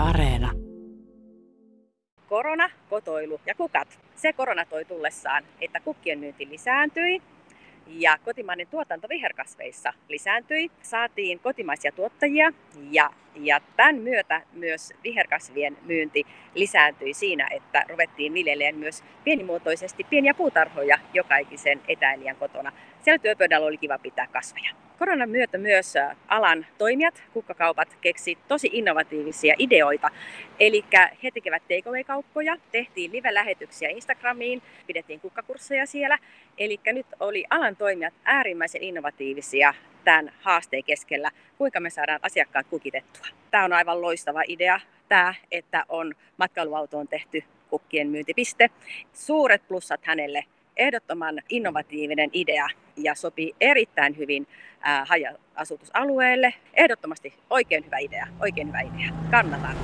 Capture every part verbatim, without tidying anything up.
Areena. Korona, kotoilu ja kukat. Se korona toi tullessaan, että kukkien myynti lisääntyi ja kotimainen tuotanto viherkasveissa lisääntyi. Saatiin kotimaisia tuottajia ja, ja tämän myötä myös viherkasvien myynti lisääntyi siinä, että ruvettiin viljelemään myös pienimuotoisesti pieniä puutarhoja jokaikisen etäilijän kotona. Siellä työpöydällä oli kiva pitää kasveja. Koronan myötä myös alan toimijat, kukkakaupat, keksi tosi innovatiivisia ideoita. Eli he tekevät takeaway-kauppoja, tehtiin live-lähetyksiä Instagramiin, pidettiin kukkakursseja siellä. Eli nyt oli alan toimijat äärimmäisen innovatiivisia tämän haasteen keskellä, kuinka me saadaan asiakkaat kukitettua. Tämä on aivan loistava idea, tämä, että on matkailuautoon tehty kukkien myyntipiste. Suuret plussat hänelle. Ehdottoman innovatiivinen idea ja sopii erittäin hyvin ää, haja-asutusalueelle. Ehdottomasti oikein hyvä idea, oikein hyvä idea. Kannatan.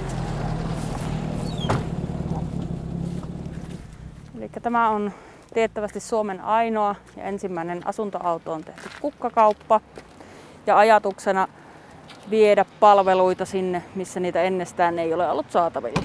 Eli tämä on tiettävästi Suomen ainoa ja ensimmäinen asuntoautoon tehty kukkakauppa. Ja ajatuksena viedä palveluita sinne, missä niitä ennestään ei ole ollut saatavilla.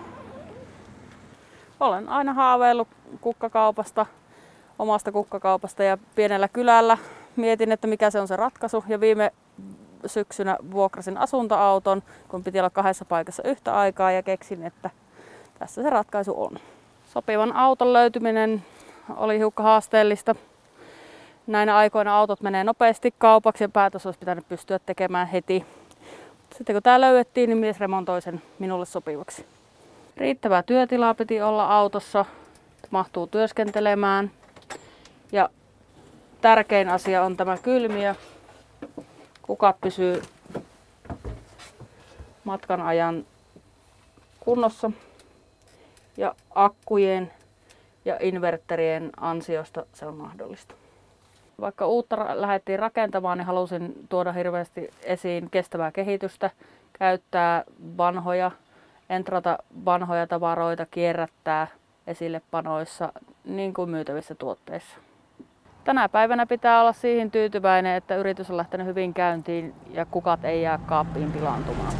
Olen aina haaveillut kukkakaupasta, omasta kukkakaupasta ja pienellä kylällä mietin, että mikä se on se ratkaisu. Ja viime syksynä vuokrasin asuntoauton, kun piti olla kahdessa paikassa yhtä aikaa ja keksin, että tässä se ratkaisu on. Sopivan auton löytyminen oli hiukan haasteellista. Näinä aikoina autot menee nopeasti kaupaksi ja päätös olisi pitänyt pystyä tekemään heti. Sitten kun tämä löydettiin, niin mies remontoi sen minulle sopivaksi. Riittävää työtilaa piti olla autossa, mahtuu työskentelemään. Ja tärkein asia on tämä kylmiö. Kukat pysyy matkan ajan kunnossa. Ja akkujen ja inverterien ansiosta se on mahdollista. Vaikka uutta lähdettiin rakentamaan, niin halusin tuoda hirveästi esiin kestävää kehitystä, käyttää vanhoja, entrata vanhoja tavaroita, kierrättää esillepanoissa niin kuin myytävissä tuotteissa. Tänä päivänä pitää olla siihen tyytyväinen, että yritys on lähtenyt hyvin käyntiin ja kukat ei jää kaappiin pilaantumaan.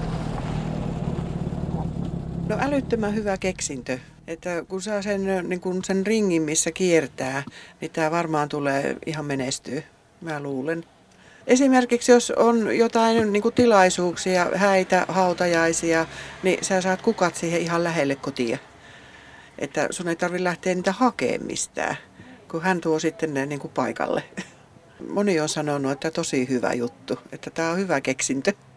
No älyttömän hyvä keksintö. Että kun saa sen, niin kun sen ringin, missä kiertää, niin tämä varmaan tulee ihan menestyä, mä luulen. Esimerkiksi jos on jotain niin kuin tilaisuuksia, häitä, hautajaisia, niin sä saat kukat siihen ihan lähelle kotia. Että sun ei tarvitse lähteä niitä hakemaan mistään, kun hän tuo sitten ne niin kuin paikalle. Moni on sanonut, että tosi hyvä juttu, että tämä on hyvä keksintö.